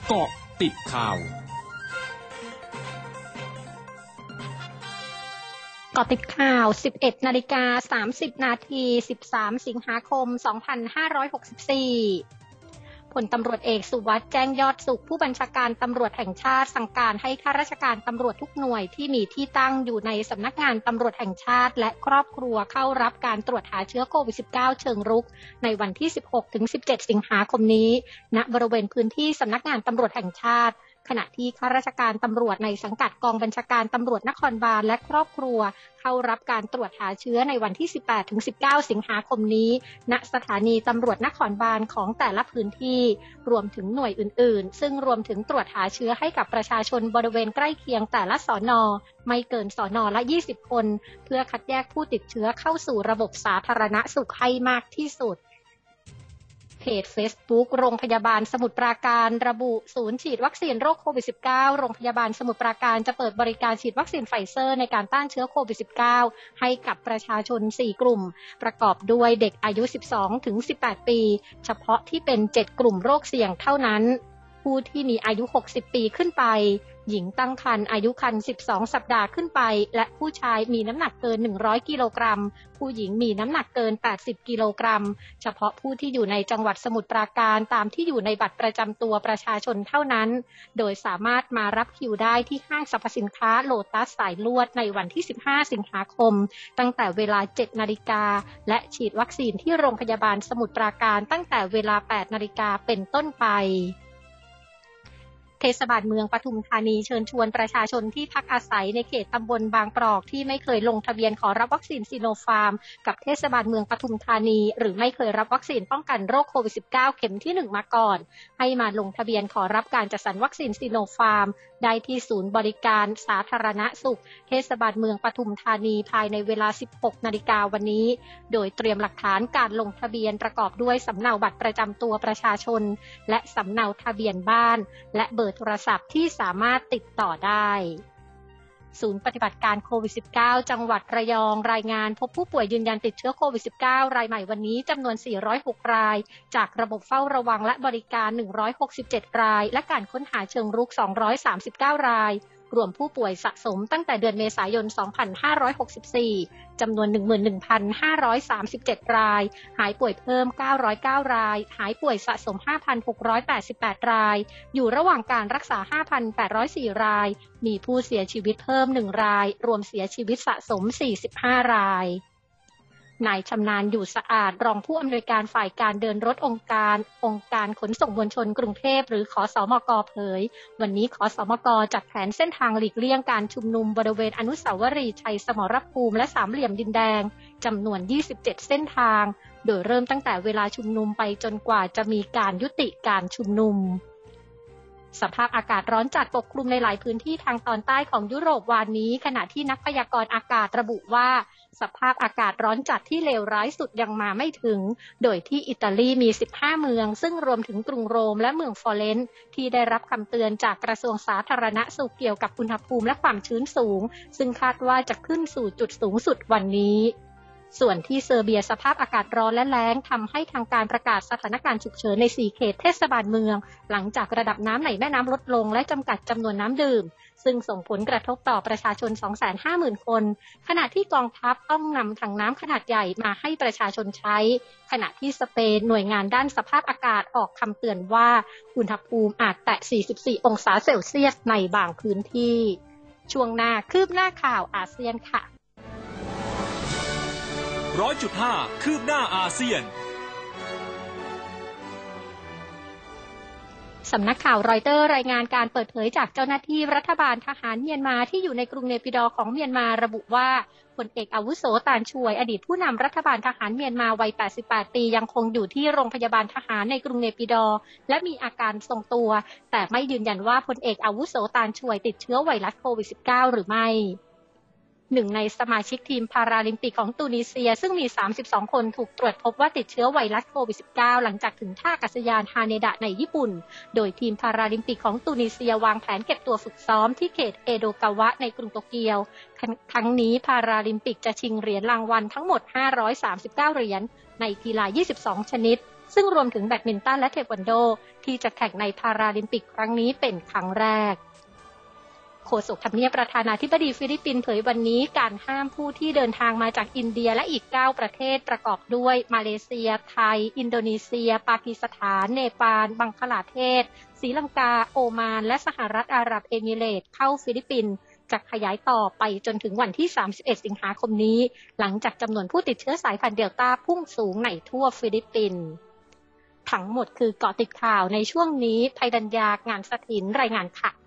เกาะติดข่าวเกาะติดข่าว 11:30 น. 13 สิงหาคม 2564พลตำรวจเอกสุวัสดิ์แจ้งยอดสุขผู้บัญชาการตำรวจแห่งชาติสั่งการให้ข้าราชการตำรวจทุกหน่วยที่มีที่ตั้งอยู่ในสำนักงานตำรวจแห่งชาติและครอบครัวเข้ารับการตรวจหาเชื้อโควิด -19 เชิงรุกในวันที่ 16-17 สิงหาคมนี้ณบริเวณพื้นที่สำนักงานตำรวจแห่งชาติขณะที่ข้าราชการตำรวจในสังกัดกองบัญชาการตำรวจนครบาลและครอบครัวเข้ารับการตรวจหาเชื้อในวันที่ 18-19 สิงหาคมนี้ณสถานีตำรวจนครบาลของแต่ละพื้นที่รวมถึงหน่วยอื่นๆซึ่งรวมถึงตรวจหาเชื้อให้กับประชาชนบริเวณใกล้เคียงแต่ละสน.ไม่เกินสน.ละ 20 คนเพื่อคัดแยกผู้ติดเชื้อเข้าสู่ระบบสาธารณสุขให้มากที่สุดเพจ Facebook โรงพยาบาลสมุทรปราการระบุศูนย์ฉีดวัคซีนโรคโควิด -19 โรงพยาบาลสมุทรปราการจะเปิดบริการฉีดวัคซีนไฟเซอร์ในการต้านเชื้อโควิด -19 ให้กับประชาชน 4 กลุ่มประกอบด้วยเด็กอายุ 12-18 ปีเฉพาะที่เป็น 7 กลุ่มโรคเสี่ยงเท่านั้นผู้ที่มีอายุ 60 ปีขึ้นไปหญิงตั้งครรภ์อายุครรภ์ 12 สัปดาห์ขึ้นไปและผู้ชายมีน้ำหนักเกิน 100 กิโลกรัมผู้หญิงมีน้ำหนักเกิน 80 กิโลกรัมเฉพาะผู้ที่อยู่ในจังหวัดสมุทรปราการตามที่อยู่ในบัตรประจำตัวประชาชนเท่านั้นโดยสามารถมารับคิวได้ที่ห้างสรรพสินค้าโลตัสสายลวดในวันที่ 15 สิงหาคมตั้งแต่เวลา 7 นาฬิกาและฉีดวัคซีนที่โรงพยาบาลสมุทรปราการตั้งแต่เวลา 8 นาฬิกาเป็นต้นไปเทศบาลเมืองปทุมธานีเชิญชวนประชาชนที่พักอาศัยในเขตตำบลบางปรอกที่ไม่เคยลงทะเบียนขอรับวัคซีนซิโนฟาร์มกับเทศบาลเมืองปทุมธานีหรือไม่เคยรับวัคซีนป้องกันโรคโควิด -19 เข็มที่ 1 มาก่อนให้มาลงทะเบียนขอรับการจัดสรรวัคซีนซิโนฟาร์มได้ที่ศูนย์บริการสาธารณสุขเทศบาลเมืองปทุมธานีภายในเวลา 16 นาฬิกาวันนี้โดยเตรียมหลักฐานการลงทะเบียนประกอบด้วยสำเนาบัตรประจำตัวประชาชนและสำเนาทะเบียนบ้านและเบอร์โทรศัพท์ที่สามารถติดต่อได้ศูนย์ปฏิบัติการโควิด -19 จังหวัดระยองรายงานพบผู้ป่วยยืนยันติดเชื้อโควิด -19 รายใหม่วันนี้จำนวน 406 รายจากระบบเฝ้าระวังและบริการ 167 รายและการค้นหาเชิงรุก 239 รายรวมผู้ป่วยสะสมตั้งแต่เดือนเมษายน 2564 จำนวน 11,537 รายหายป่วยเพิ่ม 909 รายหายป่วยสะสม 5,688 รายอยู่ระหว่างการรักษา 5,804 รายมีผู้เสียชีวิตเพิ่ม 1 รายรวมเสียชีวิตสะสม 45 รายนายชำนาญอยู่สะอาดรองผู้อำนวยการฝ่ายการเดินรถองค์การขนส่งมวลชนกรุงเทพหรือขสมก.เผยวันนี้ขสมก.จัดแผนเส้นทางหลีกเลี่ยงการชุมนุมบริเวณอนุสาวรีย์ชัยสมรภูมิและสามเหลี่ยมดินแดงจำนวน 27 เส้นทางโดยเริ่มตั้งแต่เวลาชุมนุมไปจนกว่าจะมีการยุติการชุมนุมสภาพอากาศร้อนจัดปกคลุมในหลายพื้นที่ทางตอนใต้ของยุโรปวันนี้ขณะที่นักพยากรณ์อากาศระบุว่าสภาพอากาศร้อนจัดที่เลวร้ายสุดยังมาไม่ถึงโดยที่อิตาลีมี 15 เมืองซึ่งรวมถึงกรุงโรมและเมืองฟลอเรนซ์ที่ได้รับคำเตือนจากกระทรวงสาธารณสุขเกี่ยวกับอุณหภูมิและความชื้นสูงซึ่งคาดว่าจะขึ้นสู่จุดสูงสุดวันนี้ส่วนที่เซอร์เบียสภาพอากาศร้อนและแล้งทำให้ทางการประกาศสถานการณ์ฉุกเฉินใน 4 เขตเทศบาลเมืองหลังจากระดับน้ำในแม่น้ำลดลงและจำกัดจำนวนน้ำดื่มซึ่งส่งผลกระทบต่อประชาชน 250,000 คนขณะที่กองทัพต้องนำถังน้ำขนาดใหญ่มาให้ประชาชนใช้ขณะที่สเปนหน่วยงานด้านสภาพอากาศออกคำเตือนว่าอุณหภูมิอาจแตะ 44 องศาเซลเซียสในบางพื้นที่ช่วงหน้าคืบหน้าข่าวอาเซียนค่ะ 100.5 คืบหน้าอาเซียนสำนักข่าวรอยเตอร์รายงานการเปิดเผยจากเจ้าหน้าที่รัฐบาลทหารเมียนมาที่อยู่ในกรุงเนปิดอร์ของเมียนมาระบุว่าพลเอกอาวุโสตานช่วยอดีตผู้นำรัฐบาลทหารเมียนมาวัย 88 ปียังคงอยู่ที่โรงพยาบาลทหารในกรุงเนปิดอร์และมีอาการทรงตัวแต่ไม่ยืนยันว่าพลเอกอาวุโสตานช่วยติดเชื้อไวรัสโควิด -19 หรือไม่หนึ่งในสมาชิกทีมพาราลิมปิกของตูนิเซียซึ่งมี 32 คนถูกตรวจพบว่าติดเชื้อไวรัสโควิด -19 หลังจากถึงท่าอากาศยานฮาเนดะในญี่ปุ่นโดยทีมพาราลิมปิกของตูนิเซียวางแผนเก็บตัวฝึกซ้อมที่เขตเอโดกาวะในกรุงโตเกียวทั้งนี้พาราลิมปิกจะชิงเหรียญรางวัลทั้งหมด539 เหรียญในกีฬา22 ชนิดซึ่งรวมถึงแบดมินตันและเทควันโดที่จะแข่งในพาราลิมปิกครั้งนี้เป็นครั้งแรกโฆษกทำเนียบประธานาธิบดีฟิลิปปินส์เผยวันนี้การห้ามผู้ที่เดินทางมาจากอินเดียและอีก9ประเทศประกอบด้วยมาเลเซียไทยอินโดนีเซียปากีสถานเนปาลบังคลาเทศศรีลังกาโอมานและสหรัฐอาหรับเอมิเรตส์เข้าฟิลิปปินส์จะขยายต่อไปจนถึงวันที่31สิงหาคมนี้หลังจากจำนวนผู้ติดเชื้อสายพันธุ์เดลต้าพุ่งสูงในทั่วฟิลิปปินส์ทั้งหมดคือเกาะติดข่าวในช่วงนี้ภัยดัญญางานสถินรายงานค่ะ